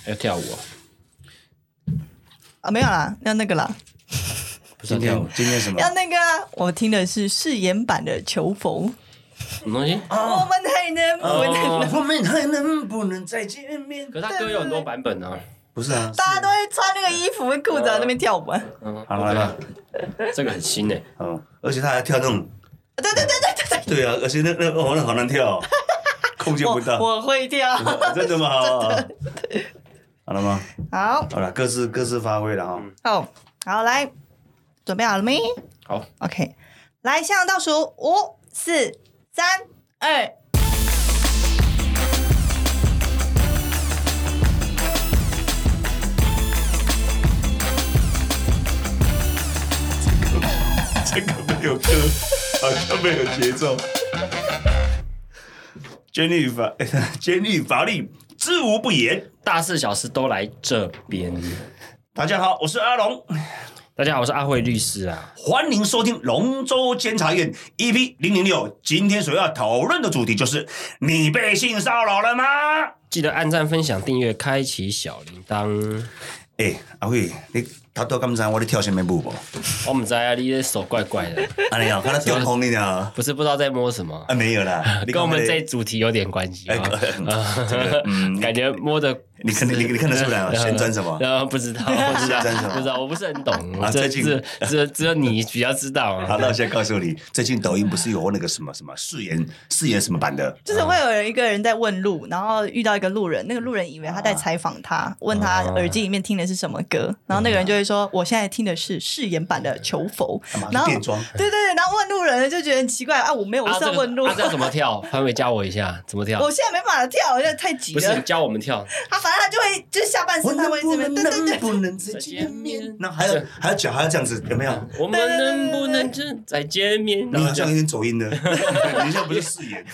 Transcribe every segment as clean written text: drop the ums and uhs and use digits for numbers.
要跳舞啊？没有啦，要那个啦。 今天什么？ 要那个啊！我听的是誓言版的求佛。 什么东西？ 我们还能不能？ 我们还能不能再见面？ 可是他歌有很多版本啊。 不是啊， 大家都会穿那个衣服、裤子在那边跳舞。 好来吧， 这个很新诶。 而且他还跳那种， 对。 对啊，而且那好难跳，空间不大。 我会跳， 真的吗？好了吗？ 好了，各自发挥了哈。 好，来，准备好了没？ 好 ，OK， 来，向倒数5、4、3、2。 这个没有歌，好像没有节奏。监狱法律知无不言， 大事小事都来这边。 大家好，我是阿龙。 大家好，我是阿慧律师啊， 欢迎收听龙州监察院 EP006。今天所要讨论的主题就是你被性骚扰了吗？ 记得按赞、分享、订阅、开启小铃铛。 阿慧，你他都敢知我在跳什么舞不？ 我不知道啊，你的手怪怪的。 啊，你好，看到天空你呢？ 不是不知道在摸什么啊，没有啦， 跟我们这主题有点关系感觉摸的。 你看得出来吗？旋转什么？ 不知道， 不知道，我不是很懂。 最近只有你比较知道。 好，那我现在告诉你，最近抖音不是有那个什么誓言什么版的？ 就是会有一个人在问路，然后遇到一个路人，那个路人以为他在采访他，问他耳机里面听的是什么歌，然后那个人就会说：“我现在听的是誓言版的求佛。” 然后变装， 对，然后问路人就觉得很奇怪啊，我没有，我是要问路。 这要怎么跳？潘伟教我一下，怎么跳？ 我现在没办法跳，我现在太急了。 不是教我们跳。 反正他就会就是下半身他会这边，对， 不能再见面。那还要脚还要这样子，有没有？ 我们能不能再见面？ 你好像有点走音的，你现在不是誓言。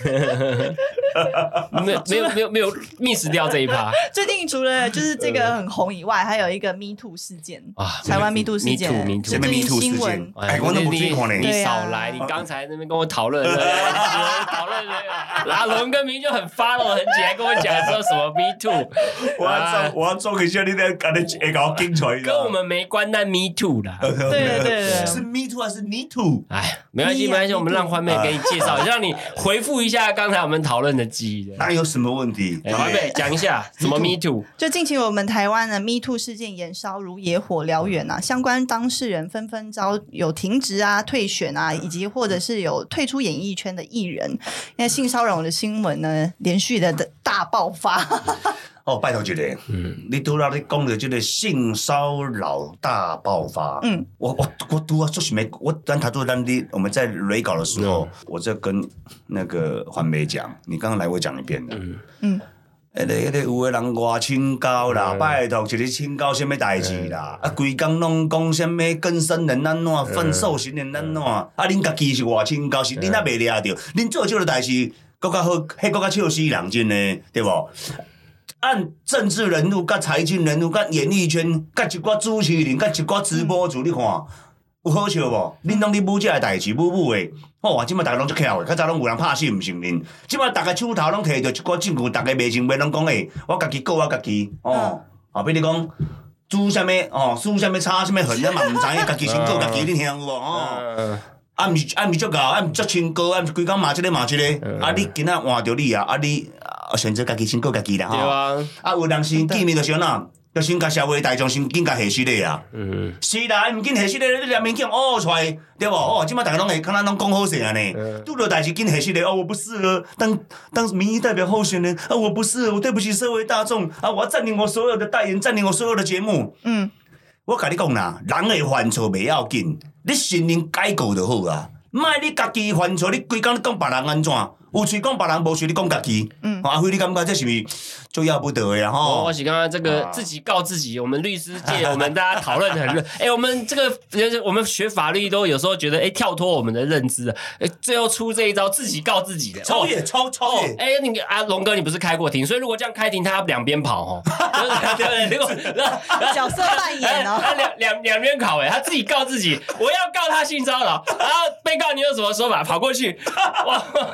没有 miss 掉这一趴。 最近除了就是这个很红以外，还有一个 Me Too 事件啊，台湾 Me Too 事件， 什么 Me Too 事件？哎，我都不去看呢。 你少来，你刚才那边跟我讨论那个，阿龙跟明就很follow 很起来跟我讲说什么 Me Too。 我要做一下，你在赶紧会搞紧出来。 跟我们没关，但 Me Too 啦。 对， 是 Me Too 还是 Me Too？ 哎，没关系，我们让欢妹给你介绍，让你回复一下刚才我们讨论的记忆。 那有什么问题？ 欢妹讲一下什么 Me Too？ 就近期我们台湾的 Me Too 事件延烧如野火燎原啊，相关当事人纷纷遭有停职啊、退选啊，以及或者是有退出演艺圈的艺人，因为性骚扰的新闻呢连续的大爆发。 拜托一个，你拄到你讲的这个性骚扰大爆发，我拄啊，就是没我咱他都我们在雷稿的时候，我在跟那个环美讲，你刚刚来我讲一遍的，迄个有的人外清高啦，拜托，一个清高什么代志啦？规工拢讲什么更生人安怎，分手型人安怎？恁家己是外清高，是恁也袂抓着，恁做这个代志，搁较好，迄搁较笑死人真的，对无？按政治人物、甲财经人物、甲演艺圈、甲一寡主持人、甲一寡直播主，你看有好笑无？恁拢咧舞这个代志，舞的，即摆大家拢足巧的，较早拢有人拍死毋承认，即摆大家手头拢摕着一寡证据，大家袂信，袂拢讲我家己告我家己，比如讲煮啥物输啥物炒啥物痕，咱嘛毋知影，家己先告家己，恁听有无？毋是足搞，毋是足清高，毋是规工骂即个骂即个，你今仔换着你你。选择家己先告家己啦， 对啊。 有人先见面就先就先甲社会大众先紧甲下失礼啊。是啦，毋紧下失礼，你连面镜出来，对无？即摆大家拢会看咱拢讲好势安尼，拄着代志紧下失礼。我不适合当民意代表候选人我不适合，我对不起社会大众我要占领我所有的代言，占领我所有的节目。我甲你讲啦，人会犯错袂要紧，你承认改过就好啊。莫你家己犯错，你规工讲别人安怎？有嘴讲别人，无嘴你讲家己。阿辉，你感觉这是不是就要不得呀？ 我是刚刚这个自己告自己，我们律师界，我们大家讨论很热。我们这个我们学法律都有时候觉得跳脱我们的认知，最后出这一招自己告自己的， 超越。 你龙哥，你不是开过庭，所以如果这样开庭，他要两边跑对，如果角色扮演他两边考他自己告自己，我要告他性骚扰，然后被告你有什么说法？跑过去，然后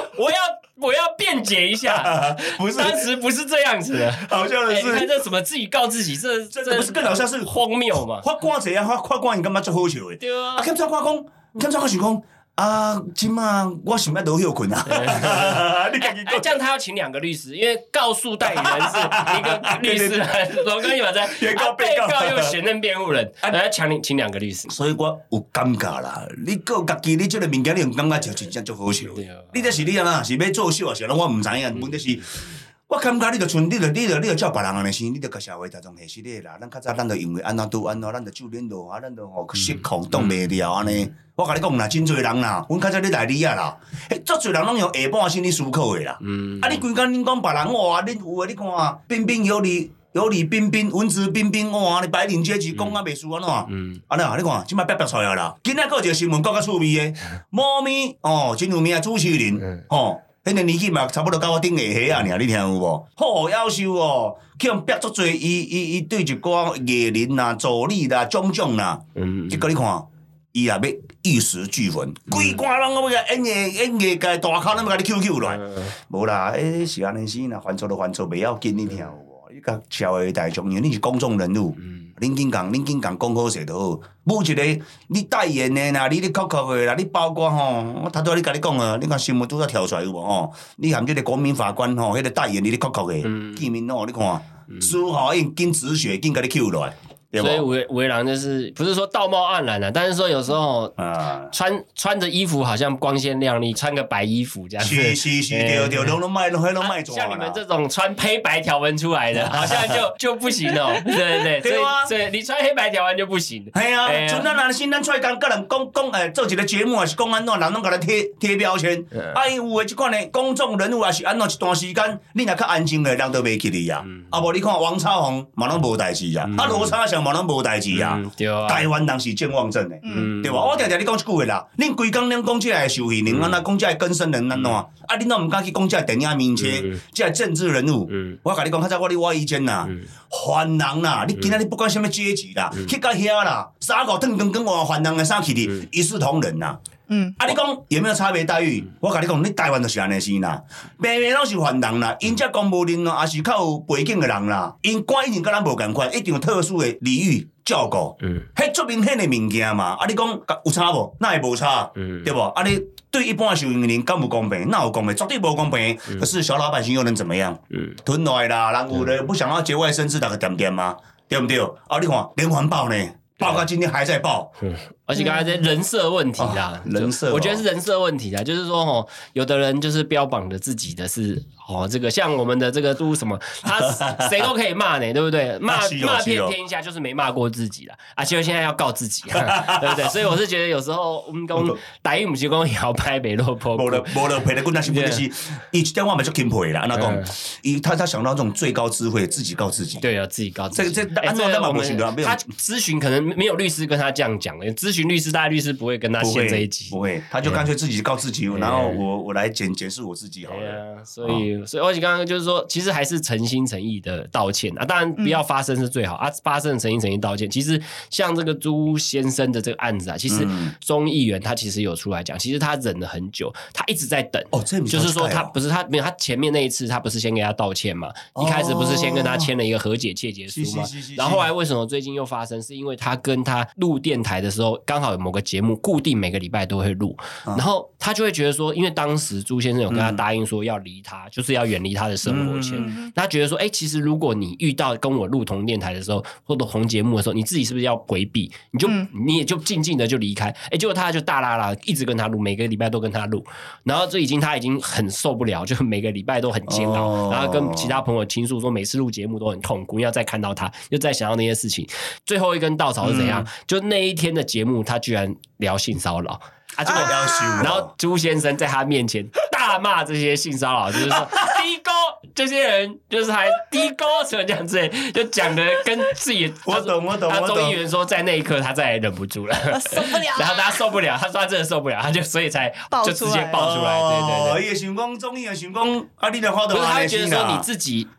我要辩解一下， 不是当时不是这样子的。 好笑的是， 你看这什么自己告自己，这不是更好笑是荒谬嘛？ 发官者啊，发官因感觉最好笑的。 对啊， 欠怎我讲，欠怎我想讲。啊，即马我想要落休困啊！你家己讲， 这样他要请2个律师，因为告诉代理人是一个律师，龙哥你把在原告被告又选任辩护人，要请2个律师。 所以我有尴尬啦。你个家己你这个物件，你有感觉就真正足好笑。你这是你啊，是要作秀啊？是我唔知影，问题是。我感觉你着像你着照别人安尼生，你着甲社会大众下失礼啦。咱较早咱着因为安怎拄安怎，咱着就联络啊，咱着失控挡袂了安尼。我甲你讲啦，真侪人啦，阮较早咧来你啊啦，足侪人拢用下半身咧思考诶啦。啊，你规工恁讲别人哇，恁有诶，你看啊，彬彬有礼。有理彬彬，文质彬彬，哇！你白领阶级讲啊袂输安怎？安尼啊，你看，即摆逼出来啦。今仔个一个新闻更较趣味诶，猫咪哦，真有名朱麒麟哦。迄个年纪嘛，差不多到我顶下岁啊，尔你听有无？好夭寿哦，去用逼足侪，伊对一寡艺人啦、助理啦、种啦，结果你看，伊也要玉石俱焚，规寡人我要甲演艺界大咖，咱要甲你 QQ 来，无啦，是安尼死啦，犯错就犯错，袂要紧，你听有无？你甲社会大众，因为你是公众人物，恁紧讲讲好势就好。每一个你代言的啦，你确的啦，你包括吼，我头拄你甲你讲啊，你看新闻拄仔跳出来有无吼？你含即个国民法官吼，迄个代言你确的，见面吼，你看，丝毫应紧止血，紧甲你 Q 落来。 所以五位郎就是不是说道貌岸然但是说有时候穿着衣服好像光鲜亮丽，穿个白衣服这样子。 是，对，拢卖装啦。 像你们这种穿黑白条纹出来的，好像就不行哦。对，所以你穿黑白条纹就不行。 系啊，像咱若新咱出来甲人讲做一个节目，还是讲安怎，人拢甲咱贴标签。有诶，即款诶公众人物也是安怎一段时间，你若较安静诶，人都袂记你啊。无你看王超宏嘛拢无代志啊，罗差祥嘛拢无代志啊。台湾人是健忘症诶，对吧？我常常你讲一句话啦，恁规工恁讲这个受益人，安怎讲这个更生人安怎？恁拢毋敢去讲这个电影明星，这个政治人物。我甲你讲，较早我意见啦，凡人啦，你今仔日不管什么阶级啦，去到遐啦，3个顿更换凡人诶衫去哩，一视同仁啦。你讲有没有差别待遇？我甲你讲，你台湾就是安尼先啦，平平拢是凡人啦，因这公务人咯，也是较有背景诶人啦，因管一定甲咱无共款，一定有特殊诶礼遇照顾，迄足明显诶物件嘛。你讲有差无？那也无差，对不？你对一般受益人敢有公平？那有公平，绝对无公平。可是小老百姓又能怎么样？吞来啦，人有的不想要节外生枝，那个点点嘛，对不对？你看连环爆呢？报告今天还在报， 而且刚才在人设问题啦， 人设， 我觉得是人设问题啦，就是说有的人就是标榜的自己的是这个像我们的这个都什么，他谁都可以骂呢，对不对？骂遍天下就是没骂过自己啦，结果现在要告自己，对不对？所以我是觉得有时候我们讲台语不是讲摇摆北落坡， 无了赔的滚那是不就是以前我们就钦佩啦，那讲他想到这种最高智慧，自己告自己， 对啊，自己告自己。 这按照我们他咨询可能没有律师跟他这样讲，咨询律师大概律师不会跟他写这一集， 不会，他就干脆自己告自己，然后我来检视我自己好了。 所以而且刚刚就是说，其实还是诚心诚意的道歉啊，当然不要发生是最好发生诚心诚意道歉。其实像这个朱先生的这个案子啊，其实钟议员他其实有出来讲，其实他忍了很久，他一直在等。就是说他不是他没有他前面那一次他不是先给他道歉嘛，一开始不是先跟他签了一个和解切结书嘛，然后后来为什么最近又发生，是因为他跟他录电台的时候，刚好有某个节目固定每个礼拜都会录，然后他就会觉得说，因为当时朱先生有跟他答应说要离他，就是要远离他的生活圈，他觉得说，其实如果你遇到跟我录同电台的时候，或者同节目的时候，你自己是不是要回避？你也就静静的就离开。结果他就大啦啦一直跟他录，每个礼拜都跟他录，然后他已经很受不了，就每个礼拜都很煎熬，然后跟其他朋友倾诉说，每次录节目都很痛苦，要再看到他，又再想到那些事情。最后一根稻草是怎样？就那一天的节目，他居然聊性骚扰。然后朱先生在他面前大骂这些性骚扰，就是说低沟这些人就是还低沟什么这样子，就讲的跟自己我懂。 他钟议员说，在那一刻他再也忍不住了， 受不了， 然后他受不了，他说他真的受不了，他就所以才就直接爆出来，对。 也想讲钟议员想讲你的话都不是，他会觉得说你自己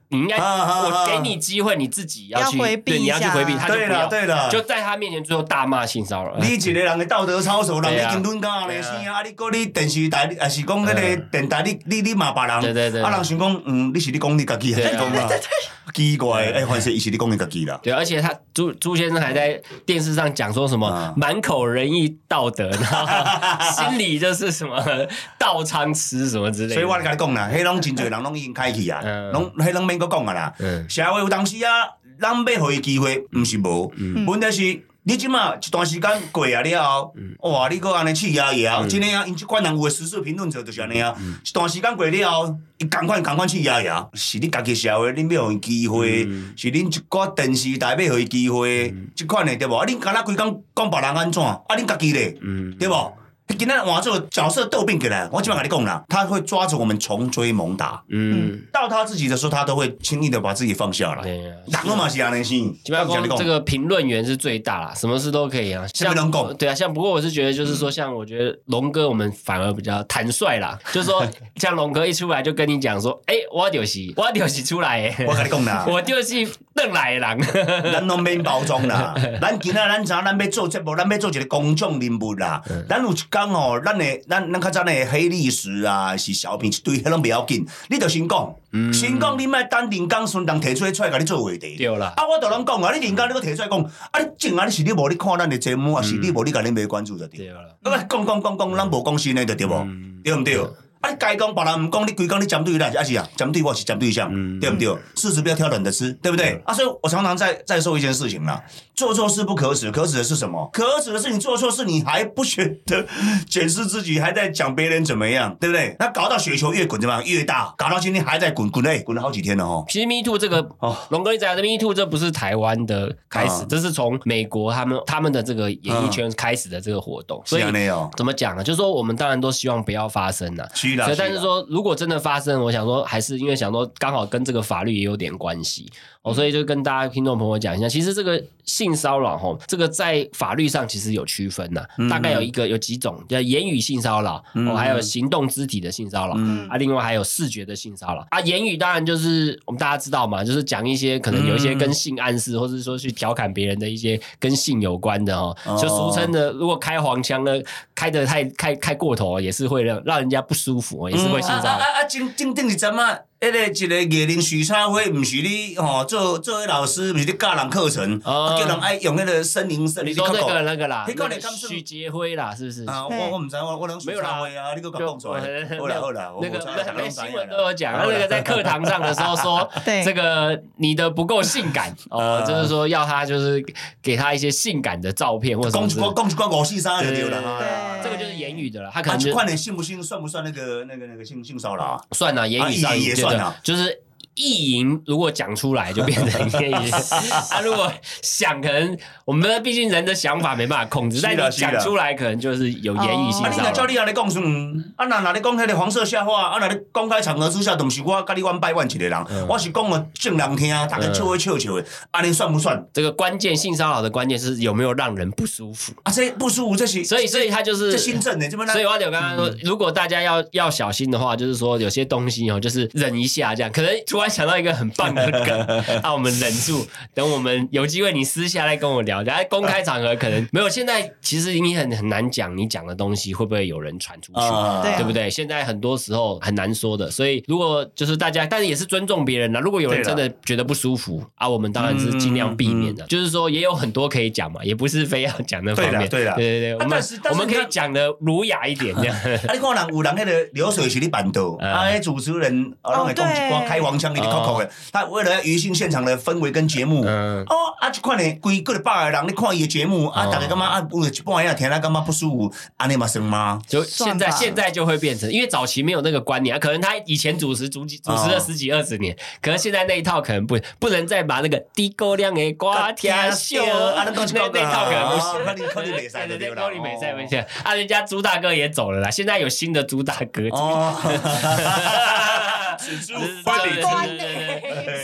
你应该我给你机会，你自己要去回避对，你要去回避，他就不要， 对了， 就在他面前最后大骂性骚扰。 你一个人的道德操守，人已经论到安尼生啊！你讲你电视台，还是讲那个电台，你骂别人， 对， 啊，人想讲，你是你讲你自己，还是讲嘛？奇怪，反正是你讲你自己啦。 对，而且他朱先生还在电视上讲说什么满口仁义道德，然后心里就是什么道昌吃什么之类的。 所以我跟你讲啦，迄拢真侪人拢已经开去啊，迄拢免搁讲啊啦。社会有当时啊，咱要互伊机会，毋是无，问题是。你即马一段时间过啊了后，哇！你搁安尼气压，真诶啊！因即款人有诶时事评论者就是安尼啊。一段时间过了后，伊共款气压，是你家己社会，恁要互伊机会，是恁一寡电视台要互伊机会，即款诶对无？啊，恁敢若规工讲别人安怎？啊，恁家己咧，对无？今天往这个角色斗病起来，我基本上跟你讲啦，他会抓着我们穷追猛打。到他自己的时候，他都会轻易的把自己放下来。打了嘛是安尼先。 基本上这个评论员是最大啦，什么事都可以啊。像对啊，像不过我是觉得就是说，像我觉得龙哥我们反而比较坦率啦，就是说像龙哥一出来就跟你讲说，我就是出来的， 我跟你讲啦， 我就是邓来的人， 咱拢免包装啦。咱今仔咱知咱要做节目，咱要做一个公众人物啦。咱有一讲哦，咱较早的黑历史啊，是小品一堆，迄拢不要紧。你就先讲，你莫等人工顺当提出来甲你做话题。 对啦。 啊，我就拢讲啊，你人工你搁提出来讲，啊，你正啊，你是你无你看咱的节目，啊是你无你甲恁没关注就对。对啦。讲，咱无讲新的就对无，对毋对？啊，你该讲别人唔讲，你规讲你针对咱是啊，针对我是针对象，对不对？柿子不要挑软的吃，对不对？啊，所以我常常在说一件事情啦，做错事不可耻，可耻的是什么？可耻的是你做错事，你还不觉得检视自己，还在讲别人怎么样，对不对？那搞到雪球越滚怎么样越大，搞到今天还在滚了好几天了哦。 其实 Me Too 这个龙哥你讲的 Me Too 这不是台湾的开始，这是从美国他们的这个演艺圈开始的这个活动。所以怎么讲呢？就是说我们当然都希望不要发生啊。所以但是说如果真的发生，我想说还是因为想说刚好跟这个法律也有点关系。所以就跟大家听众朋友讲一下，其实这个性骚扰这个在法律上其实有区分呐，大概有几种，叫言语性骚扰，还有行动肢体的性骚扰，另外还有视觉的性骚扰啊。言语当然就是我们大家知道嘛，就是讲一些可能有一些跟性暗示，或者说去调侃别人的一些跟性有关的就俗称的，如果开黄腔呢，开得太过头，也是会让人家不舒服，也是会性骚扰。 正是怎么？一个艺人许插会，不是你做老师，不是你教人课程，叫人爱用那个森林。 你说那个啦，许杰辉啦，是不是？ 我唔知，我能许插会啊，你个讲出来。好啦， 那个新闻都有讲，那个在课堂上的时候说，这个你的不够性感就是说要他就是给他一些性感的照片或者什么。 讲一关543就对了。 这个就是言语的了，他可能看你信不信，算不算那个性骚扰？ 算啊，言语上也算啊， 就是意淫，如果讲出来就变成言语。如果想，可能我们毕竟人的想法没办法控制，但你讲出来可能就是有言语性骚扰。 你叫你来讲，哪你讲那个黄色笑话，哪你公开场合之下，都不是我跟你100万一个人，我是讲了正人听，大家笑的，你算不算？ 这个关键性骚扰的关键是有没有让人不舒服啊？这不舒服，这是所以他就是这新政的， 所以我刚刚说，如果大家要小心的话，就是说有些东西就是忍一下，这样可能突然想到一个很棒的梗，我们忍住，等我们有机会你私下来跟我聊，在公开场合可能没有。现在其实你很难讲，你讲的东西会不会有人传出去，对不对？现在很多时候很难说的，所以如果就是大家，但是也是尊重别人啦。如果有人真的觉得不舒服我们当然是尽量避免的。就是说也有很多可以讲嘛，也不是非要讲那方面。对，我们可以讲的儒雅一点这样。 你看人有人那个流水是你办到，主持人让你讲一开黄腔，你口口的。他为了娱乐现场的氛围跟节目，这款的规个100个人，你看伊的节目大家干嘛有一半夜听，他干嘛不舒服？安尼嘛算吗？ 就现在就会变成，因为早期没有那个观念可能他以前主持了10几20年，可能现在那一套可能不能再把那个低沟量的瓜听秀那套可能不行， 可能没赛的对啦， 没赛人家朱大哥也走了啦，现在有新的朱大哥。 只是人家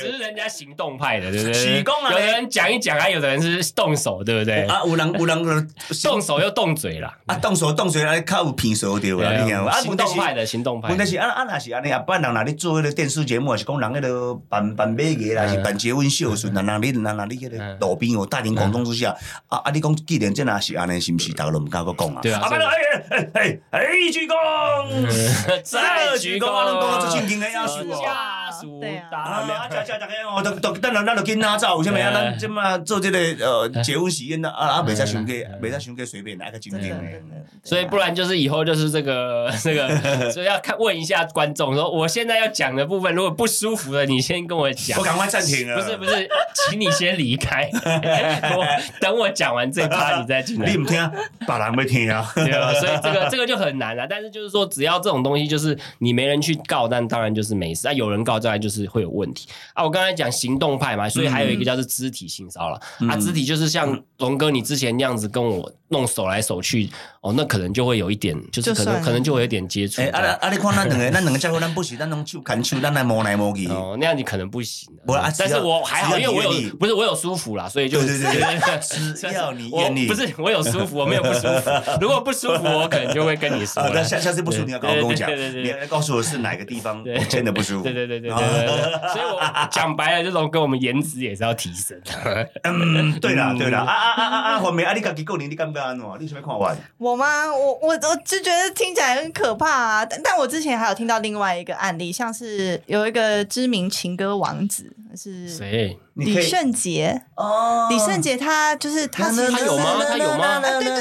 家行动派的，对不对？ 是讲啊有的人讲一讲，有的人是动手，对不对？ 啊，有人动手又动嘴啦。 啊，动手较有骗手对啦，你听有？ 行动派的，行动派。 问题是若是安尼啊，不然人若咧做迄个电视节目，是讲人迄个办马艺啦，是办结婚秀顺，人你迄个路边大庭广众之下，你讲既然这若是安尼，是毋是大家都毋敢讲啊？ 对啊。 鞠躬，再鞠躬，咱讲做正经的要求哦。 家属等咱就紧拿走，有啥物啊？咱即马做这个结婚喜宴袂使伤过随便来个正经的。 所以不然就是以后就是这个，所以要问一下观众说，我现在要讲的部分，如果不舒服的，你先跟我讲， 我赶快暂停了。 不是，请你先离开，等我讲完这趴你再进来。 你唔听，别人要听啊。 对啊，所以这个就很难了。但是就是说，只要这种东西，就是你没人去告，但当然就是没事。有人告，当然就是会有问题啊。我刚才讲行动派嘛，所以还有一个叫做肢体性骚扰肢体就是像龙哥你之前那样子跟我弄手来手去，那可能就会有一点，就是可能就会有点接触。 你看咱两个结婚，咱不是咱拢手牵手，咱来摸来摸去。 那样你可能不行。但是我还好，因为我有舒服啦，所以就对，只要你愿意。 不是我有舒服，我没有不舒服。如果不舒服，我可能就会跟你说。 那下次不舒服你要跟我讲，你要告诉我是哪个地方真的不舒服。 对。所以我讲白了，这种跟我们颜值也是要提升。 对啦。后面你自己个人你感觉安怎？你想要看完？ 我吗？我就觉得听起来很可怕啊！但我之前还有听到另外一个案例，像是有一个知名情歌王子是谁？ 李圣杰哦，李圣杰他就是他有吗？他有吗？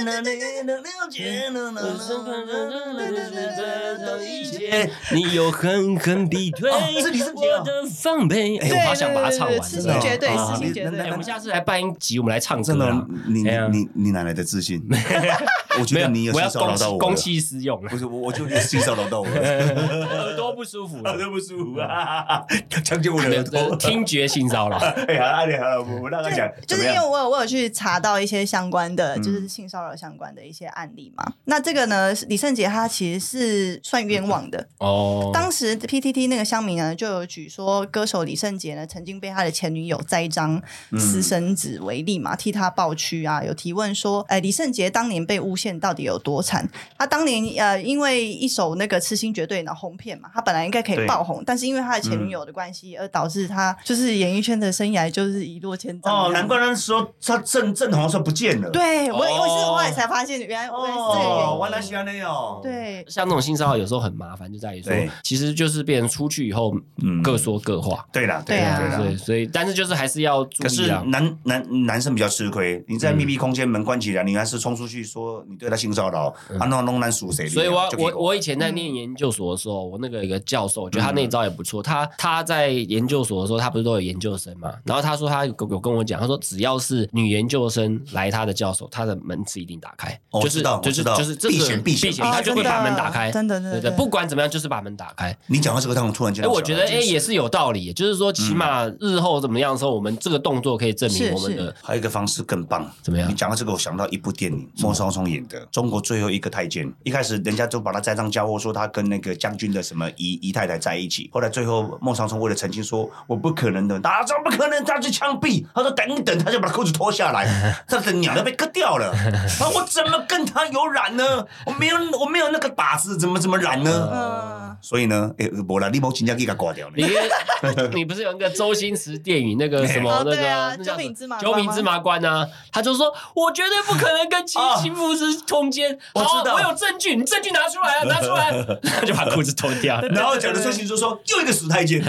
你有狠狠逼退我的防备。我好想把它唱完。 痴心绝对，痴心绝对。 我们下次来办一集，我们来唱歌。 你哪来的自信？我觉得你有性骚扰到我。 公器私用。 不是，我就性骚扰到我。 耳朵不舒服， 啊！强奸我的耳朵， 听觉性骚扰。 我让他讲， 就是因为我有去查到一些相关的，就是性骚扰相关的一些案例嘛。那这个呢，李圣杰他其实是算冤枉的哦。当时 PTT 那个乡民呢，就有举说，歌手李圣杰呢曾经被他的前女友栽赃私生子为例嘛，替他抱屈啊，有提问说，李圣杰当年被诬陷到底有多惨？他当年因为一首那个《痴心绝对》呢红遍嘛，他本来应该可以爆红，但是因为他的前女友的关系，而导致他就是演艺圈的生涯就是一落千丈。 难怪那时候他正红的时候不见了。 对，我是后来才发现，原来是这个原因。 原来是那样。 对， 像这种性骚扰有时候很麻烦，就在于说，其实就是别人出去以后，各说各话。 对啦， 所以，但是就是还是要注意啊。 可是男生比较吃亏，你在密闭空间门关起来，你还是冲出去说你对他性骚扰，弄男属谁？ 所以我以前在念研究所的时候，我那个一个教授，我觉得他那一招也不错。他在研究所的时候，他不是都有研究生嘛？然后他说他有跟我讲，他说只要是女研究生来他的教授，他的门是一定打开，就是避险， 他就会把门打开， 真的， 对，不管怎么样就是把门打开。 你讲到这个，让我突然间， 我觉得也是有道理，就是说起码日后怎么样的时候，我们这个动作可以证明我们的。 还有一个方式更棒， 怎么样？ 你讲到这个，我想到一部电影，莫少聪演的《中国最后一个太监》。一开始人家就把他栽赃交货，说他跟那个将军的什么姨太太在一起。后来最后莫少聪为了澄清说，我不可能的，他说不可能，他去枪毙。他说等一等，他就把裤子脱下来，他的鸟都被割掉了。我怎么跟他有染呢？我没有那个靶子，怎么染呢？所以呢，没啦，你没真正给他挂掉呢。 你不是有那个周星驰电影那个什么那个九品芝麻官啊？他就说我绝对不可能跟秦福是通奸。好，我有证据，你证据拿出来啊，拿出来，他就把裤子脱掉。 然后讲的周星驰说又一个死太监，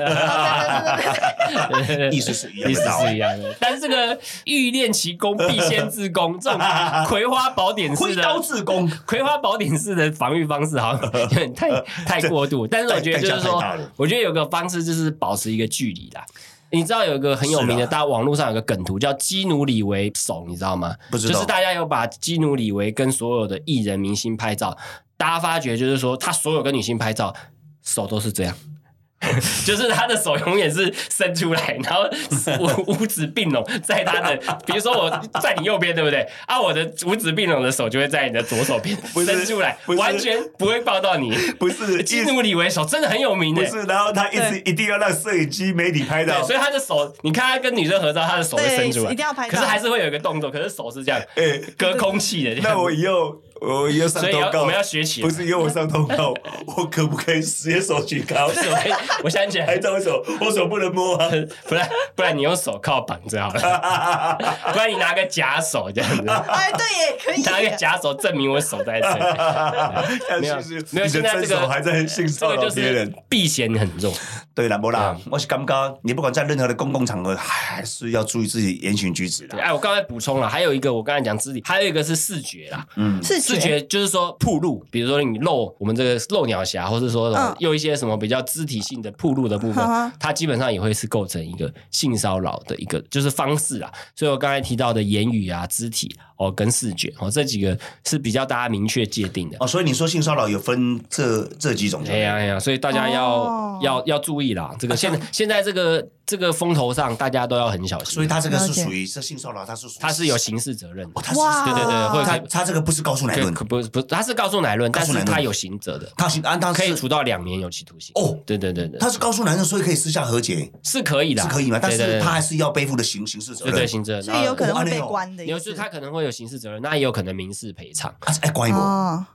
意思是一样的。但是这个欲练其功，必先自宫，这种葵花宝典式的挥刀自宫， 葵花宝典式的防御方式好像有点太过度。但是我觉得就是说，我觉得有个方式就是保持一个距离啦。你知道有一个很有名的，大家网络上有个梗图叫基努里维手，你知道吗？ 不知道。 就是大家有把基努里维跟所有的艺人明星拍照，大家发觉就是说他所有跟女星拍照手都是这样。 就是他的手永远是伸出来，然后五指并拢在他的，比如说我在你右边，对不对？啊，我的五指并拢的手就会在你的左手边伸出来，完全不会抱到你。 不是基努里维手真的很有名的， 不是，然后他一定要让摄影机媒体拍到， 所以他的手，你看他跟女生合照，他的手会伸出来， 一定要拍到， 可是还是会有一个动作，可是手是这样，隔空气的。 那我以后上通告， 所以我们要学起来。 不是以后我上通告，我可不可以直接手举高？ 我想起来， 还招手，我手不能摸啊， 不然你用手铐绑着好了，不然你拿个假手这样子。 哎，对耶，可以拿个假手证明我手在这里。 没有， 现在这个还在性骚扰别人， 避嫌很重。 对啦，没啦，我是感觉你不管在任何的公共场合，还是要注意自己言行举止的。 哎，我刚才补充了，还有一个我刚才讲肢体，还有一个是视觉啦。 视觉就是说暴露，比如说你露我们这个露鸟侠，或是说有一些什么比较肢体性的暴露的部分，它基本上也会是构成一个性骚扰的一个就是方式啦。所以我刚才提到的言语啊、肢体跟视觉这几个是比较大家明确界定的。 所以你说性骚扰有分这几种？ 哎呀，所以大家要注意啦。这个现在这个风头上，大家都要很小心。 所以他这个是属于性骚扰，他是有刑事责任的。 哇， 对，或者他这个不是告诉乃论， 不，他是告诉乃论，但是他有刑责的，他可以处到2年有期徒刑。 哦， 对， 他是告诉乃论，所以可以私下和解， 是可以的， 是可以嘛？但是他还是要背负的刑事责任， 对，刑责， 所以有可能会被关的。 就是他可能会有刑事责任，那也有可能民事赔偿。 关不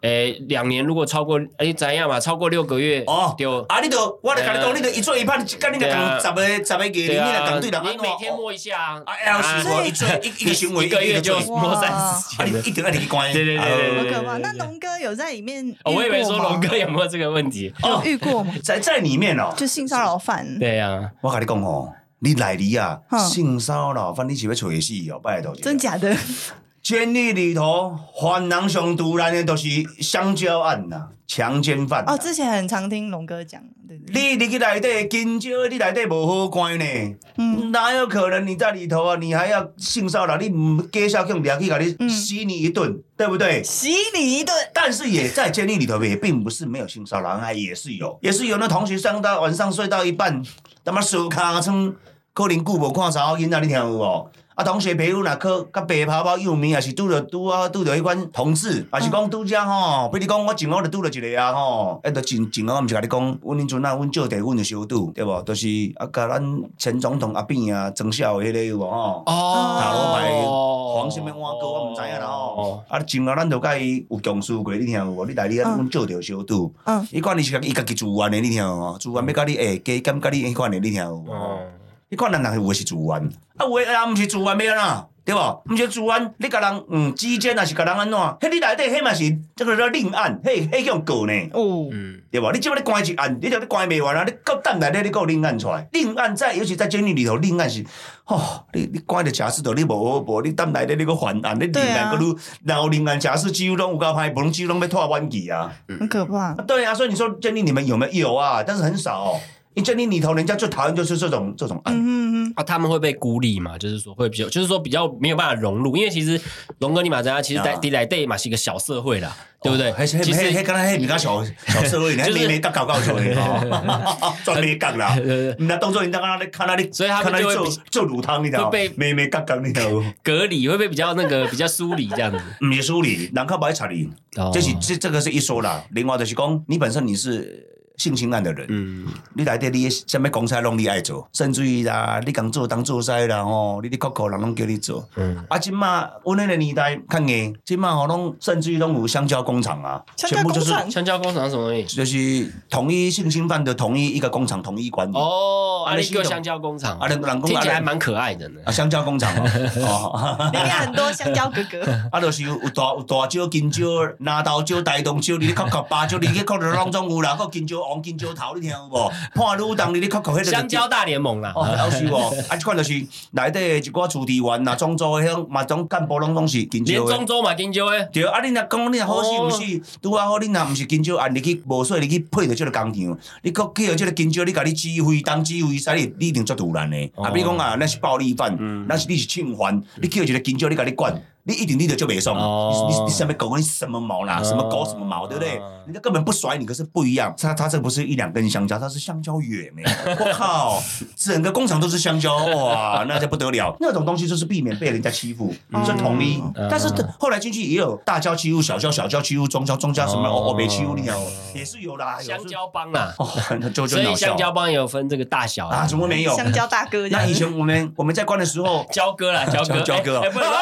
？2年如果超过怎样嘛？超过6个月就你就我来跟你讲，你就一做一判，跟你讲10个月，你来讲对人， 你每天摸一下一个行为 1个月就摸30天， 一定要你去关。 对， 好可怕。那龙哥有在里面？ 我以为说龙哥有没有这个问题？ 有遇过吗？ 在里面就性骚扰犯。 对呀， 我跟你讲你来里啊，性骚扰犯你是要找死拜托。 真假的？ 监狱里头犯人上突然的都是香蕉案呐、强奸犯。 之前很常听龙哥讲，对。 你去内底金蕉，你内底无好关呢。哪有可能你在里头啊？你还要性骚扰？你唔介绍用两去给你洗你一顿，对不对？ 洗你一顿。 但是也在监狱里头也并不是没有性骚扰，也是有那同学晚上睡到一半，他妈手卡床，可能久无看查某囡仔，你听有无？同学朋友若去甲白泡泡有名，也是拄着迄款同志，也是讲拄只吼，比如讲我前后就拄着一个啊吼，就前后毋是甲你讲，阮迄阵阮借地阮就相拄，对无？就是甲咱前总统阿扁啊，曾孝迄个有无吼？塔罗牌黄什么碗糕我毋知影啦吼。前后咱就甲伊有共事过，你听有无？你来你阮借着相拄，伊款是伊家己自愿的，你听有无？自愿要甲你加减甲你迄款的，你听有无？迄款人有诶是自愿，有诶人毋是自愿要安怎，对无？毋是自愿，你甲人之间也是甲人安怎？迄你内底迄嘛是这个叫另案，迄叫告呢，对无？你即摆你关一案，你就你关袂完啊！你到等内底你有另案出来，另案尤其在监狱里头，另案是，你关着假释头，你无好报，你等内底你个还案，你另案个然后另案假释几乎拢有够歹，无拢几乎拢要拖晚期啊， 很可怕。 对啊，所以你说监狱你们有没有？有啊，但是很少。因为监狱里头，人家最讨厌就是这种案。 他们会被孤立嘛？就是说会比较没有办法融入，因为其实龙哥你马其实在来对嘛是一个小社会啦，对不对？ 其实刚才比较小社会，你还没搞出来专没搞啦。那当作你刚刚看那里， 所以他们就会做卤汤，你知道？被没搞你知道？ 隔离会被比较比较疏离这样子。 不是疏离，人较不爱插你。这个是一说啦。另外就是讲，你本身你是性侵案的人，你内底你什么公差拢你爱做，甚至于啦，你讲做当做师啦吼，你酷人拢叫你做。即马阮迄个年代较硬，即马吼拢甚至于拢有香蕉工厂啊，全部就是香蕉工厂是什么东西？ 就是统一性侵犯的统一一个工厂统一管理。 你叫香蕉工厂，听起来蛮可爱的呢。 香蕉工厂里面很多香蕉哥哥。 就是有大蕉、金蕉、拿豆蕉、大东蕉，你酷芭蕉，你去酷着拢总有啦，个金蕉。黄金蕉头，你听有无？判女当你靠迄个香蕉大联盟啦， 有是无？即款就是内底一寡处理员啦、中州迄种嘛，种干部拢是金蕉的。 连中州嘛金蕉诶。 对，你若讲你若好死毋死，拄啊好，你若毋是金蕉案，你去无说你去配着即个工厂，你去叫即个金蕉，你甲你指挥当指挥使你一定足突然的。比如讲那是暴力犯，你是庆犯，你叫一个金蕉，你甲你管。 你一定立的就没送。你什么狗跟什么毛啦，什么狗什么毛，对不对？人家根本不甩你，可是不一样。它这不是1-2根香蕉，它是香蕉园我靠，整个工厂都是香蕉，哇，那就不得了。那种东西就是避免被人家欺负，是统一。但是后来进去也有大蕉欺负小蕉，小蕉欺负中蕉，中蕉什么没欺负你也是有啦。 香蕉帮啦， 所以香蕉帮也有分这个大小啊，怎么没有？ 香蕉大哥， 那以前我们在关的时候， 蕉哥啦，蕉哥，不能。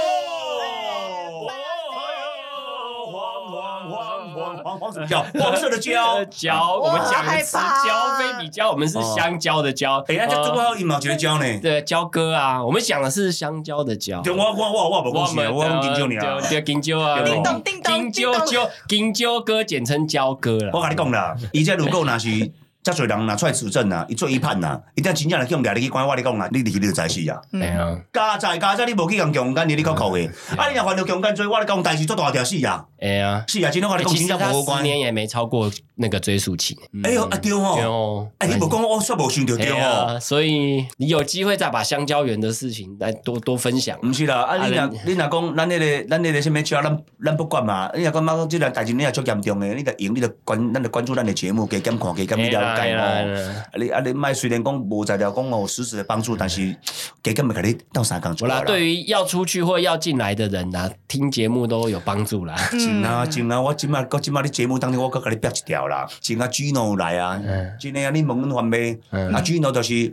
黄什么蕉？黄色的蕉， 我们讲的是蕉，非比蕉，我们是香蕉的蕉。 那这中国还有1毛钱的蕉呢？ 对，蕉哥啊，我们讲的是香蕉的蕉。 对，我不恭喜，我金蕉你啊， 对，金蕉啊， 叮咚叮咚， 金蕉哥简称蕉哥啦。 我跟你讲啦，以前如果那是遮侪人拿出来指证啊，伊做一判呐，一定真正来叫掠你去关，我你讲啊，你入去你就知死啊。加在你无去共强奸你靠靠的，你若犯到强奸罪，我你讲代志做大条死啊。是啊，今天我跟你讲真正无关。 10年也没超过那个追诉期。 对哦，你无讲我煞无想到对哦。 所以你有机会再把香蕉园的事情来多分享。 不是啦，你若讲咱那个什么车，咱不管嘛。你若讲这个代志你也足严重的，你就咱就关注咱的节目，加减看，加减你了解哦。你卖虽然讲无在了讲实质的帮助，但是加减咪给你到3工就好啦。 对于要出去或要进来的人啊，听节目都有帮助啦。 真啊，我今麦你节目当中我搁给你标一条啦，真啊 Gino 来啊，真的啊，你问阮番妹，Gino 就是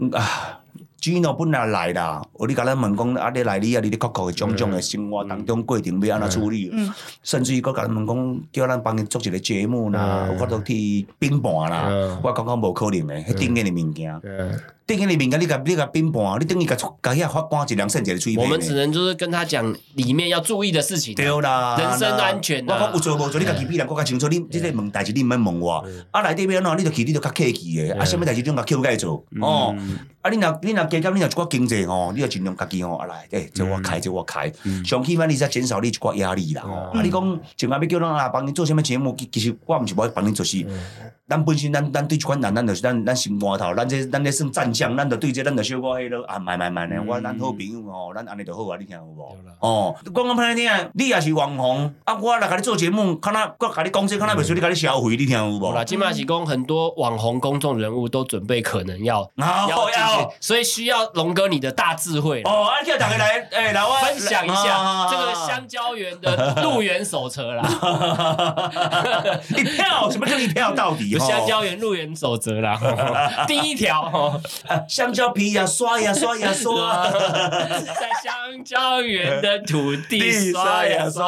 Gino 本来来啦，你甲咱问讲你来你咧各的种种的生活当中过程要安怎处理，甚至于搁甲咱问讲叫咱帮伊做一个节目啦，有法度去并盘啦，我讲无可能的，迄顶眼的物件。顶眼的物件，你甲并盘，你等于甲遐法官一两剩一个嘴。 我们只能就是跟他讲里面要注意的事情， 对啦， 人身安全。 我讲有做无做，你家己比人更加清楚。你这个问代志，你唔免问我。内底要安怎，你就去，你就较客气的。什么代志你甲 Q 解做哦。你若加减，你若一寡经济吼，你要尽量家己吼来，这我开，上起码你才减少你一寡压力啦。你讲像要叫咱帮你做什么节目，其实我唔是无帮你做事。咱本身咱对这款人，咱就是咱心肝头，咱这算战将，咱就对这咱就小可迄落慢的，咱好朋友吼，咱安尼就好啊，你听有无？讲歹听，你也是网红，我来甲你做节目，看那我甲你讲这，看那袂随你甲你消费，你听有无？ 啦，今嘛是讲很多网红公众人物都准备可能要进去，所以需要龙哥你的大智慧叫大家来，来我分享一下这个香蕉园的入园手册啦。 一票，什么叫一票到底？ 香蕉园入园守则啦，第一条香蕉皮呀刷呀刷，在香蕉园的土地刷。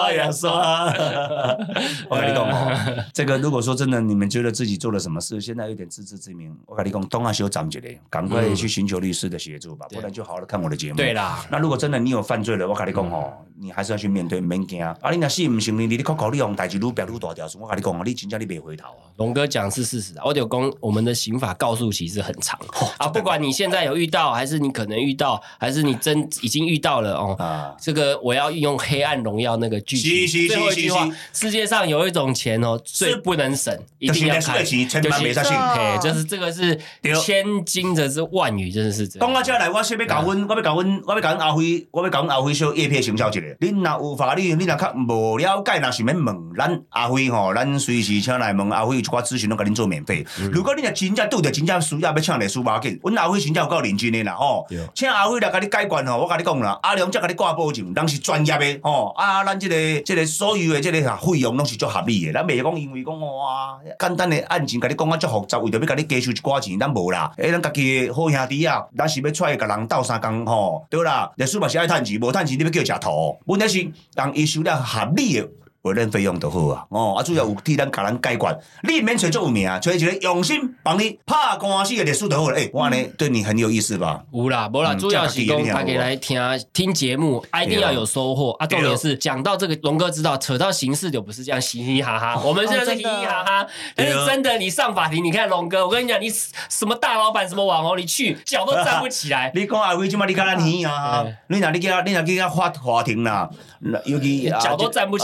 我跟你讲这个如果说真的，你们觉得自己做了什么事，现在有点自知之明，我跟你讲，东亚修站一个，赶快去寻求律师的协助吧，不然就好好的看我的节目。 对啦， 那如果真的你有犯罪了，我跟你讲你还是要去面对，免惊。你若死唔成，你靠你用代志愈变愈大条，我跟你讲你真正你袂回头啊。 龙哥讲是事实啊，我就讲我们的刑法告诉期是很长不管你现在有遇到，还是你可能遇到，还是你已经遇到了这个我要运用黑暗荣耀那个剧情，最后一句话，世界上有一种钱最不能省，一定要开， 千万别相信， 就是这个是千金的是万语，真的是这样。 讲到这来，我先要教阮阿辉小叶片行销一下。恁若有法律，你若较无了解，若想要问咱阿辉咱随时请来问阿辉有一寡咨询，拢甲恁做免费。如果你若真正拄着真正需要请律师，无要紧，阮阿辉真正有够认真的啦请阿辉来甲你解决我甲你讲啦，阿良则甲你挂保证，咱是专业的咱这个所有的这个费用拢是足合理的，咱袂讲因为讲哇简单的案件甲你讲足复杂，为着要甲你加收一寡钱，咱无啦。咱家己的好兄弟啊，咱是要出来甲人斗3工对啦。律师嘛是爱趁钱，无趁钱你要叫食土。问题是人伊收了合理的委任费用就好啊。主要有替咱甲人解决，你免找足有名，找一个用心帮你拍官司的律师就好了。我呢对你很有意思吧？ 有啦，无啦，主要是讲大家来听节目，一定要有收获重点是讲到这个，龙哥知道，扯到刑事就不是这样嘻嘻哈哈，我们现在是嘻嘻哈哈，但是真的你上法庭，你看龙哥，我跟你讲，你什么大老板，什么网红，你去脚都站不起来。 你讲阿伟即马你看咱耳你若去法庭啦，尤其脚都站不起来。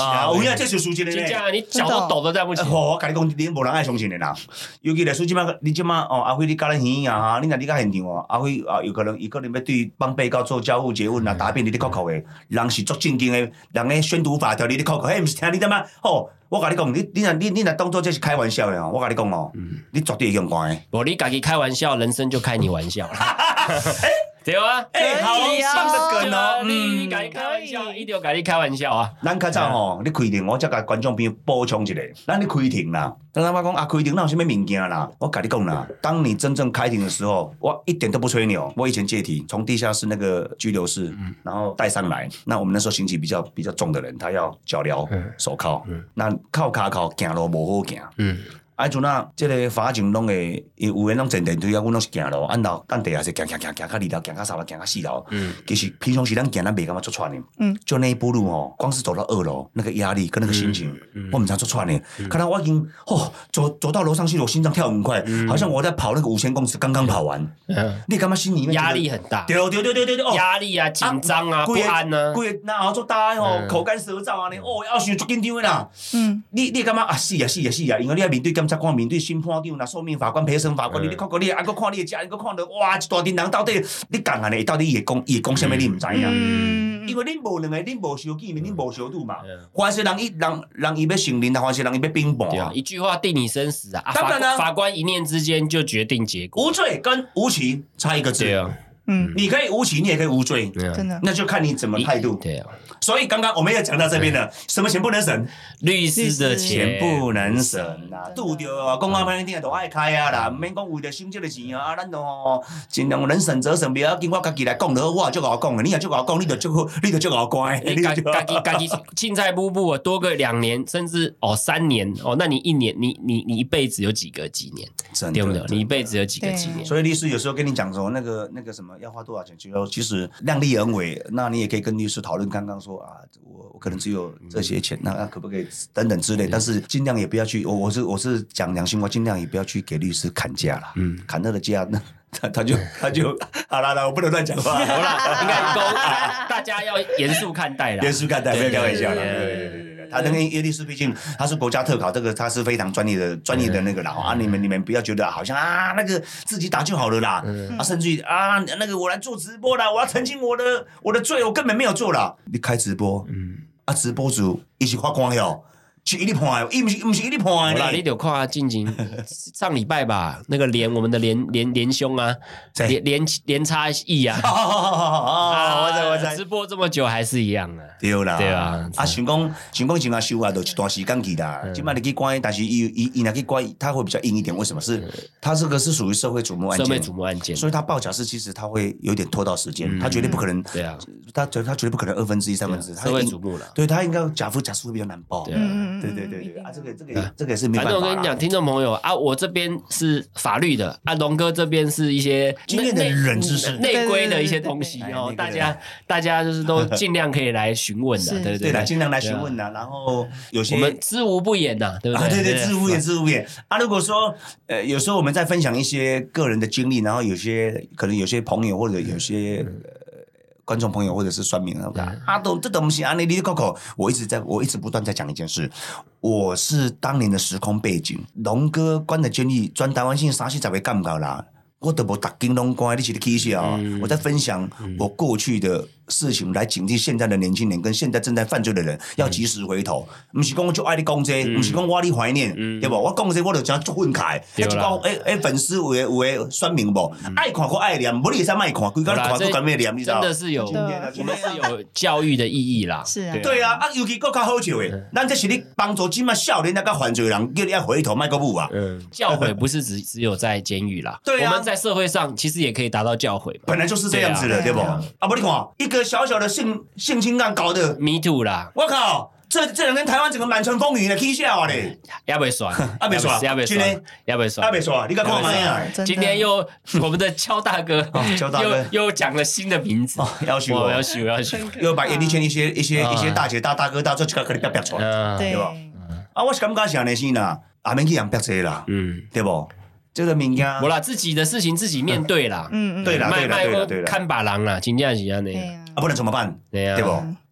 看这是事情真呢。 的你脚都抖都站不起。 我跟你讲，你无人爱相信的啦。尤其来说，你即马阿辉你教咱耳啊哈，你若你到现场哦，阿辉有可能要对帮被告做交互诘问啊、答辩，你咧哭哭的，人是足正经的，人咧宣读法条，你咧哭哭，迄毋是听你点嘛？吼，我甲你讲，你若当做这是开玩笑的哦，我甲你讲哦，你绝对会用关的。 无你家己开玩笑，人生就开你玩笑啦。对啊， 好棒的梗哦！ 你家己开玩笑，一定要家己开玩笑啊！ 咱较早吼，你开庭，我则甲观众朋友补充一下，咱咧开庭啦。当然我讲啊，开庭哪有啥物物件啦？我甲你讲啦，当你真正开庭的时候，我一点都不吹牛。我以前借题，从地下室那个拘留室，然后带上来。那我们那时候刑期比较重的人，他要脚镣、手铐，那靠骹铐行路无好行。迄阵啊，即个法警拢会，有人拢坐电梯啊，阮拢是行路，按楼，咱地下是行到2楼，行到3楼，行到4楼。其实平常时咱行咱袂感觉出喘的。就那一步路哦，光是走到2楼，那个压力跟那个心情，我们才出喘的。看到我已经走到楼上去，我心脏跳很快，好像我在跑那个5000公尺，刚刚跑完。你感觉心里面压力很大？ 对， 压力啊，紧张啊，不安啊， 规然后做大哦，口干舌燥啊，要想足紧张的啦。你感觉啊死啊，因为你要面对检察官，面对审判长、诉命法官、陪审法官，你看过你还看你的家人，看到哇一大群人到底你讲安尼，到底伊会讲啥物你毋知影。因为恁无两个，恁无相见面，恁无相拄嘛。凡是人伊要承认，凡是人伊要辩驳啊。 一句话定你生死啊！ 当然啦， 法官一念之间就决定结果。 无罪跟无期差一个字。 对啊， 你可以无期，你也可以无罪， 真的， 那就看你怎么态度。 对啊。 所以刚刚我们也讲到这边了，什么钱不能省？ 律师的钱不能省啊！拄着公安派定都爱开啊啦，唔免讲为了省这个钱啊，咱都尽量能省则省，不要紧我家己来讲就好，我就敖讲的，你也就敖讲，你就敖乖， 你家己凊彩补补多个2年，甚至3年那你1年，你一辈子有几年？对不对？你一辈子有几年？ 所以律师有时候跟你讲说，那个什么要花多少钱，其实量力而为，那你也可以跟律师讨论，刚刚说啊，我可能只有这些钱，那可不可以等等之类，但是尽量也不要去，我是讲良心话，尽量也不要去给律师砍价啦，砍他的价，那他就好啦，我不能乱讲话， 好啦，应该大家要严肃看待啦， 严肃看待，不要开玩笑啦，对。他那个律师毕竟他是国家特考，这个他是非常专业的那个啦啊！你们不要觉得好像啊那个自己打就好了啦啊，甚至于啊那个我来做直播啦，我要澄清我的罪，我根本没有做啦。你开直播，直播主一起法官哟。是一直判的，不是一直判的。 你得看进行上礼拜吧，那个我们的连兄啊，连差异啊，我在直播这么久还是一样啊。 对啦， 对啊， 想讲现在修啊，都一段时间去啦。今摆你去关，但是伊若去关，他会比较硬一点。为什么？他这个是属于社会瞩目案件，所以他报假释其实他会有点拖到时间，他绝对不可能。对啊，他绝对不可能1/2、3/4， 社会瞩目了。 对他应该假释会比较难报。对啊，这个也是没办法。 反正我跟你讲，听众朋友啊，我这边是法律的，龙哥这边是一些经验的冷知识、 内规的一些东西哦。大家就是都尽量可以来询问的，对不对？ 对的，尽量来询问的。然后有些我们知无不言呐，对不对？ 对，知无不言啊。如果说有时候我们在分享一些个人的经历，然后可能有些朋友或者有些观众朋友或者是酸民这东西你的 Coco， 我一直不断在讲一件事，我是当年的时空背景，龙哥关的监狱，全台湾性30-40个干不到啦，我都无逐间拢关，你是咧起笑，我在分享我过去的事情来警惕现在的年轻人跟现在正在犯罪的人，要及时回头。不是讲我就爱你讲这，不是讲我你怀念，对不？我讲这我就讲足愤慨。就讲粉丝有的酸民不爱看或爱念，不你才卖看，规家看都干咩念，你知道？ 真的是我们是有教育的意义啦。 是啊， 对啊，尤其更较好笑的，咱这是你帮助今麦少年那个犯罪人，叫你要回头卖个舞啊。 教诲不是只有在监狱啦， 对啊， 我们在社会上其实也可以达到教诲嘛。 本来就是这样子的，对不？不你看一个小小的性侵案搞的 ，Me too 啦！ 我靠，这2天台湾整个满城风雨的起笑嘞， 也未算， 也未算，你敢看嘛呀？ 今天我们的邱大哥又讲了新的名字， 要修，又把演艺圈一些大姐大哥到这几个给你啪出来，对吧？我是感觉是安尼先啦，也免去人啪这啦，对不？这个物件， 无啦，自己的事情自己面对啦， 对啦， 看把郎啦，真正是安尼， 不能怎么办？对不？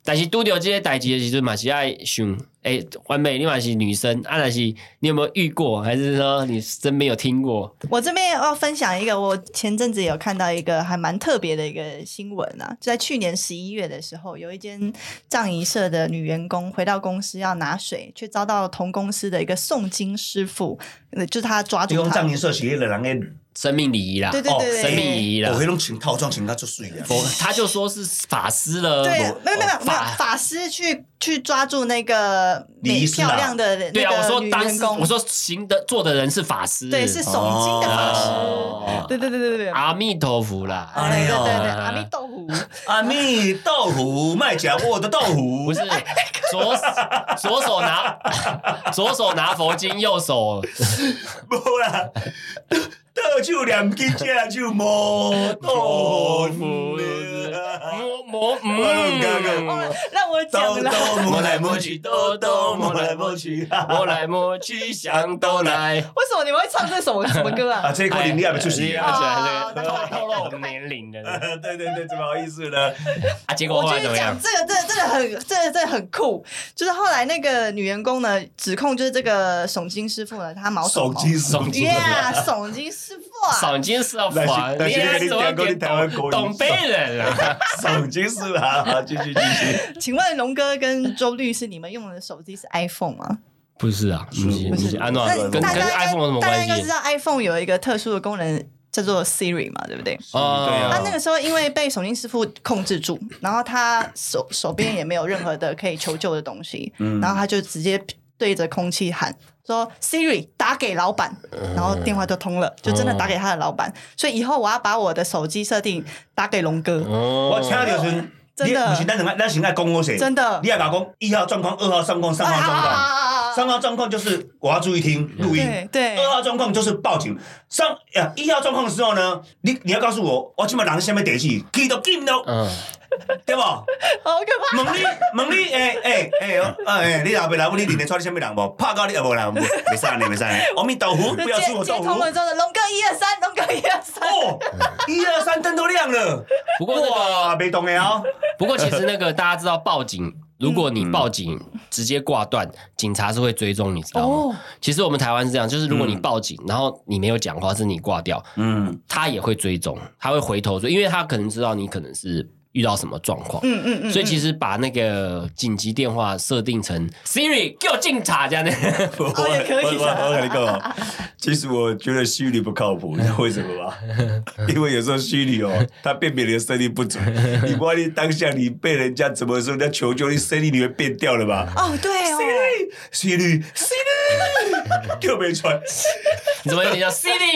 但是拄到这些代志的时阵嘛是爱想，完美你嘛是女生，但是你有没有遇过，还是说你身边有听过？ 我这边要分享一个，我前阵子有看到一个还蛮特别的一个新闻啊，就在去年11月的时候，有一间葬仪社的女员工回到公司要拿水，却遭到同公司的一个诵经师傅，就是他抓住他。 葬仪社是迄个人的生命礼仪啦， 对， 生命礼仪啦， 我迄种穿套装穿甲足水啊。 他就说是法师了， 对，没有法师去抓住那个漂亮的那个女员工。 我说做的人是法师， 对，是诵经的法师。对， 阿弥陀佛啦， 对，阿弥陀佛， 阿弥豆腐，卖吃我的豆腐， 不是左手拿佛经，右手无啦。倒手念经，正手摸豆腐， 让我讲了。 摸来摸去，豆豆摸来摸去，摸来摸去像豆奶。为什么你们会唱这首什么歌啊？ 这一块你还没出席啊？透露我们年龄的。 对，怎么好意思呢？ 结果后来怎么样？ 这个很酷，就是后来那个女员工呢，指控就是这个诵经师傅呢，他毛手诵经师傅啊， 诵经师傅啊，你还是东北人啊？ 诵经师啊，继续。 请问龙哥跟周律师，你们用的手机是 iPhone 吗？ 不是啊，不是，安诺跟 iPhone 有什么关系？ 大家应该知道 iPhone 有一个特殊的功能。叫做 Siri 嘛，对不对？ 对啊。 他那个时候因为被诵经师傅控制住，然后他手边也没有任何的可以求救的东西，然后他就直接对着空气喊说 Siri 打给老板，然后电话就通了，就真的打给他的老板。所以以后我要把我的手机设定打给龙哥。 我听到就是真的， 不是咱先爱讲我谁？ 真的， 你要讲1号状况、2号状况、3号状况。3号状况就是我要注意听录音， 对。2 号状况就是报警。1号状况的时候呢，你要告诉我，我今麦人什么地址，去到紧到，对不？好可怕！ 问你，你老爸老母，你认得出你什么人不？拍到你无人，没事。阿弥陀佛，不要吃我豆腐。 接通了之后，龙哥123，龙哥123。 哦，123灯都亮了。 不过哇，没动的哦。 不过其实那个大家知道报警。如果你报警直接挂断，警察是会追踪，你知道吗？其实我们台湾是这样，就是如果你报警，然后你没有讲话，是你挂掉，他也会追踪，他会回头追，因为他可能知道你可能是遇到什么状况，所以其实把那个紧急电话设定成 Siri 给我警察这样的， 也可以。 我跟你讲，其实我觉得Siri不靠谱，你知道为什么吗？因为有时候Siri它辨别你的声音不准，你万一当下你被人家怎么说，人家求救，你声音你会变掉了吧？ 对哦 ，Siri，就没传。 你怎么有点像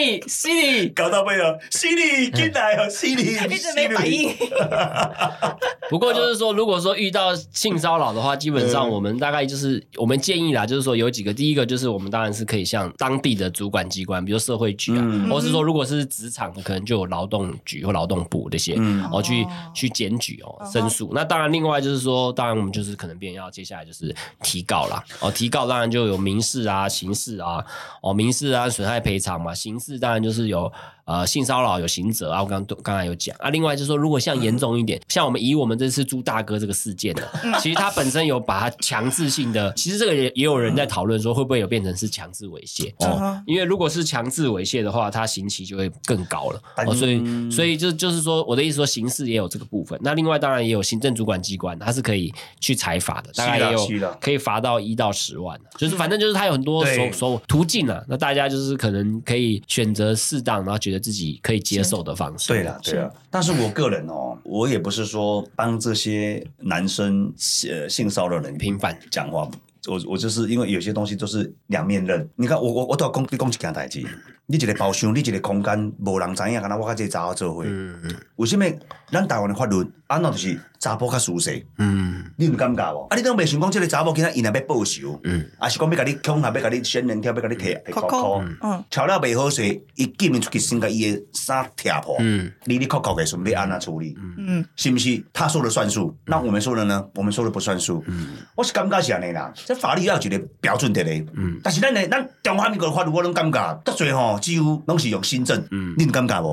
Siri 搞到没有 ？Siri 进来哦 ，Siri 一直没反应。 不过就是说，如果说遇到性骚扰的话，基本上我们大概就是我们建议啦，就是说有几个，第一个就是我们当然是可以向当地的主管机关，比如社会局啊，或是说如果是职场的，可能就有劳动局或劳动部这些，去检举申诉。那当然，另外就是说，当然我们就是可能别人要接下来就是提告啦，提告当然就有民事啊、刑事啊，民事啊损害赔偿嘛，刑事当然就是有性骚扰有刑责啊，我刚才有讲啊。另外就是说，如果像严重一点，像我们这次朱大哥这个事件呢，其实他本身有把它强制性的，其实这个也有人在讨论说，会不会有变成是强制猥亵因为如果是强制猥亵的话，它刑期就会更高了所以就是说，我的意思说，刑事也有这个部分。那另外当然也有行政主管机关，它是可以去裁罚的，大概也有可以罚到1到10万，就是反正就是它有很多途径啊。那大家就是可能可以选择适当，然后觉得自己可以接受的方式。 对了。但是我个人我也不是说帮这些男生性骚扰人平反讲话。我就是因为有些东西都是两面刃。你看我都要讲一件代志，你一个包厢，你一个空间，无人知影，敢若我甲这查某做伙。为什么咱台湾的法律安怎就是查甫较舒适？你唔感觉无？你都未想讲这个查某囡仔伊若要报仇，还是讲要甲你恐吓，要甲你仙人跳，要甲你摕扣，超了未好势，伊见面出去先甲伊的衫踢破，你扣的时候要安怎处理？是不是他说了算数？那我们说的呢？我们说的不算数。我是感觉是安尼啦。这法律要有一个标准的嘞，但是咱中华民国的法律我拢感觉，得罪几乎拢是用行政，你唔感觉无？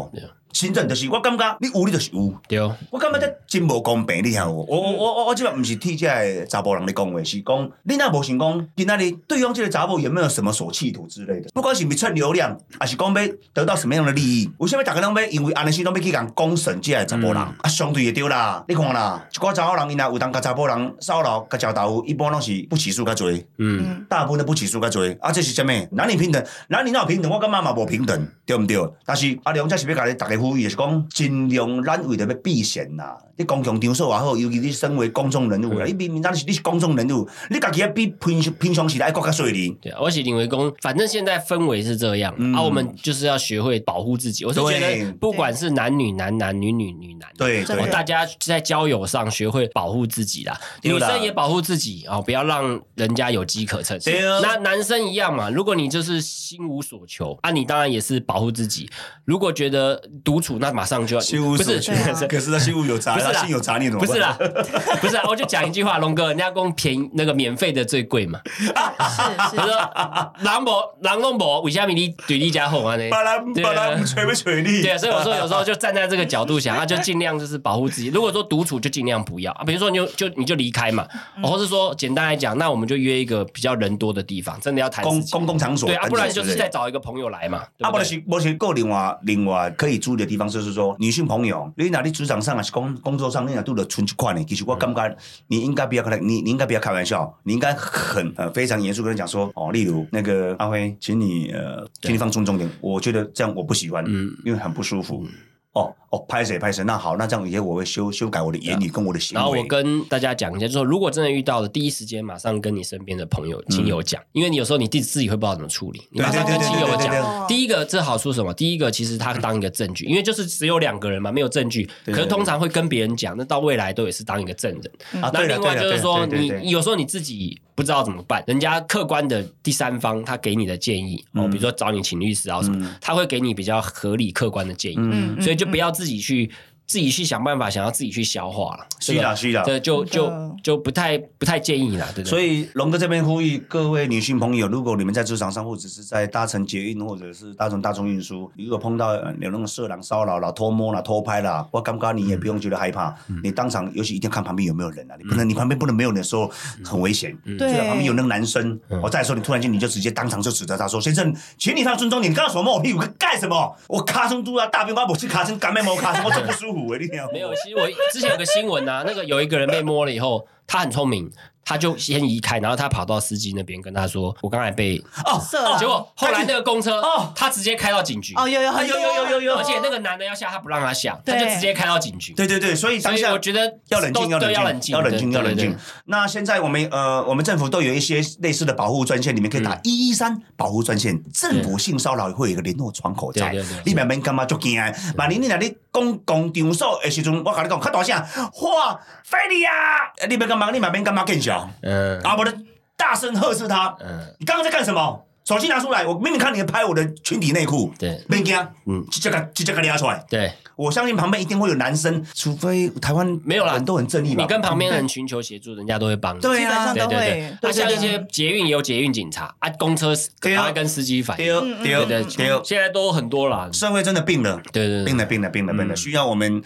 真正就是我感觉你有你就是有， 对， 我感觉这真无公平，你晓无？我即摆毋是替这个查甫人咧讲话，是讲你若无想讲今仔日对方这个查某有没有什么所企图之类的，不管是咪蹭流量，还是讲要得到什么样的利益，为什么大家拢要因为安尼时拢要去共公审这个查甫人？相对的对啦，你看啦，一寡查某人因若有当甲查甫人骚扰、甲交豆腐，一般拢是不起诉较侪，大部分都不起诉较侪，这是啥物？男女平等，男女哪有平等？我感觉嘛无平等，对毋对？但是阿良这是要甲你大家呼吁，就是讲尽量咱为着要避嫌啦。你公共场所也好，尤其你身为公众人物，你明明你是公众人物，你家己要比平常时爱更较水利。 对，我是认为讲，反正现在氛围是这样，我们就是要学会保护自己。我是觉得，不管是男女、男男、女女、女男， 对， 大家在交友上学会保护自己啦。女生也保护自己不要让人家有机可乘。那男生一样嘛，如果你就是心无所求你当然也是保护自己。如果觉得独处，那马上就要心无所求，可是他心无有杂，他心有杂念怎么办？ 不是啦，不是啦，我就讲一句话，龙哥，人家讲那个免费的最贵嘛。 是， 他说人拢无，为什么你对你家好啊？呢， 把人吹不吹你？ 对，所以我说有时候就站在这个角度想，就尽量就是保护自己。如果说独处，就尽量不要比如说你就离开嘛，或是说简单来讲，那我们就约一个比较人多的地方，真的要谈公共场所， 对不然就是再找一个朋友来嘛。 不是够另外可以注意的地方，就是说女性朋友，你哪里职场上还是工作上，你哪都得存一款呢？其实我感觉你应该不要开玩笑，你应该非常严肃跟人讲说例如那个阿辉，请你放尊重点，我觉得这样我不喜欢，因为很不舒服。拍谁，那好，那这样以后我会修改我的言语跟我的行为。 然后我跟大家讲一下，就是说如果真的遇到了，第一时间马上跟你身边的朋友、亲友讲，因为你有时候你自己会不知道怎么处理，你马上跟亲友讲。第一个这好处是什么？第一个其实他当一个证据，因为就是只有2个人嘛，没有证据，可是通常会跟别人讲，那到未来都也是当一个证人。那另外就是说，你有时候你自己不知道怎么办，人家客观的第三方他给你的建议比如说找你请律师什么，他会给你比较合理客观的建议，所以就不要自己去想办法，想要自己去消化了。 是啦， 对，就不太建议啦，对不对？ 所以龙哥这边呼吁各位女性朋友，如果你们在职场上，或者是在搭乘捷运，或者是搭乘大众运输，如果碰到有那种色狼骚扰啦、偷摸啦、偷拍啦，我感觉你也不用觉得害怕，你当场尤其一定要看旁边有没有人你旁边不能没有人的时候很危险。对，旁边有那个男生，我再说你突然间你就直接当场就指责他说：“先生，请你放尊重点，你刚刚手摸我屁股干什么？我卡成都大便，我去卡成干咩毛卡成，我真不舒服。” 没有，其实我之前有个新闻那个有一个人被摸了以后，他很聪明，他就先移开，然后他跑到司机那边跟他说：“我刚才被结果后来那个公车他直接开到警局。有，而且那个男的要下，他不让他下，他就直接开到警局。对，所以当下我觉得要冷静。那现在我们政府都有一些类似的保护专线，你们可以打113保护专线，政府性骚扰会有一个联络窗口在，你慢慢干嘛就惊？万一你那里公共场所的时阵，我跟你讲，较大声，哇，非礼啊！你别干嘛？你慢慢干嘛更小？我的大声呵斥他。你刚刚在干什么？手机拿出来，我明明看你拍我的裙底内裤。对，别惊，直接给你拿出来。对，我相信旁边一定会有男生，除非台湾没有啦， 人都很正义吧。 你跟旁边人寻求协助，人家都会帮你。 对啊，基本上都会。 那像一些捷运也有捷运警察公车还会跟司机反映。对，现在都很多啦。 社会真的病了， 对， 病了，需要我们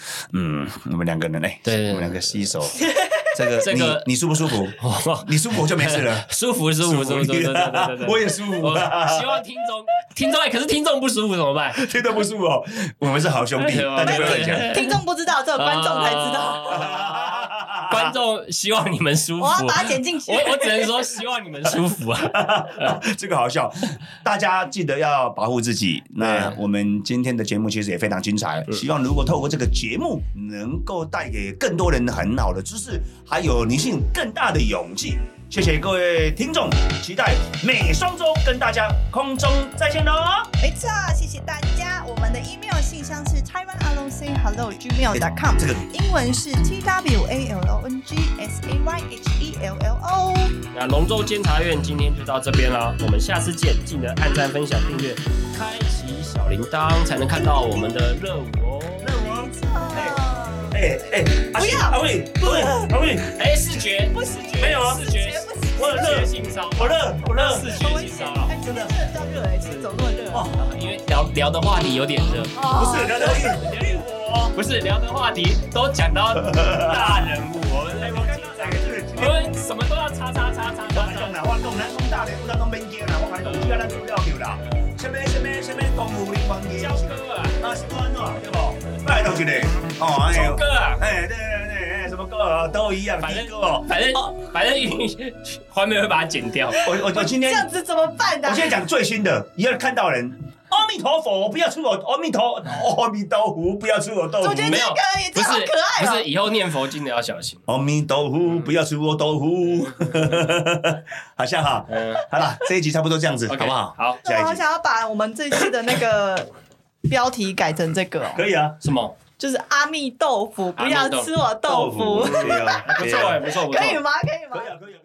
2个人对，我们2个携手。这个你舒不舒服？你舒服就没事了。 舒服，对， 我也舒服。 希望听众，可是听众不舒服怎么办？ 听众不舒服我们是好兄弟，大家不要乱讲。 听众不知道，只有观众才知道。 观众希望你们舒服， 我要把它剪进去。 我只能说希望你们舒服这个好笑，大家记得要保护自己。那我们今天的节目其实也非常精彩，希望如果透过这个节目能够带给更多人很好的知识，还有女性更大的勇气。谢谢各位听众，期待每双周跟大家空中再见喽！ 没错，谢谢大家。我们的 email 信箱是 taiwanalonsayhello@gmail.com， 英文是 TWALONGSAYHELLO。 那龙舟监察院今天就到这边啦，我们下次见，记得按赞、分享、订阅，开启小铃铛，才能看到我们的热舞哦。 不要， 阿伟， 视觉不视觉， 没有啊，视觉。 我很热，我热， 视觉性骚扰， 真的比较热哎，怎么那么热？ 因为聊的话题有点热， 不是聊的话题， 不是聊的话题都讲到大人物，我们什么都要叉。 我讲大人物，咱拢免惊啦，我讲有只咱资料有啦。什么公务人员焦哥啊， 是安怎对不？拜托一个， 焦哥啊， 对，什么歌都一样，反正后面会把它剪掉。 我今天这样子怎么办呢？ 我现在讲最新的，以后看到人。阿弥陀佛，不要出我阿弥陀佛，不要出我豆腐。 我觉得这个也真好可爱不是以后念佛经的要小心。 阿弥陀佛，不要出我豆腐。好像哈，好了，这一集差不多这样子，好不好？ 好， 那我好想要把我们这次的那个标题改成这个哦。 可以啊， 什么？ 就是阿弥豆腐，不要吃我豆腐。 可以啊， 不错， 可以吗？可以吗？ 可以啊。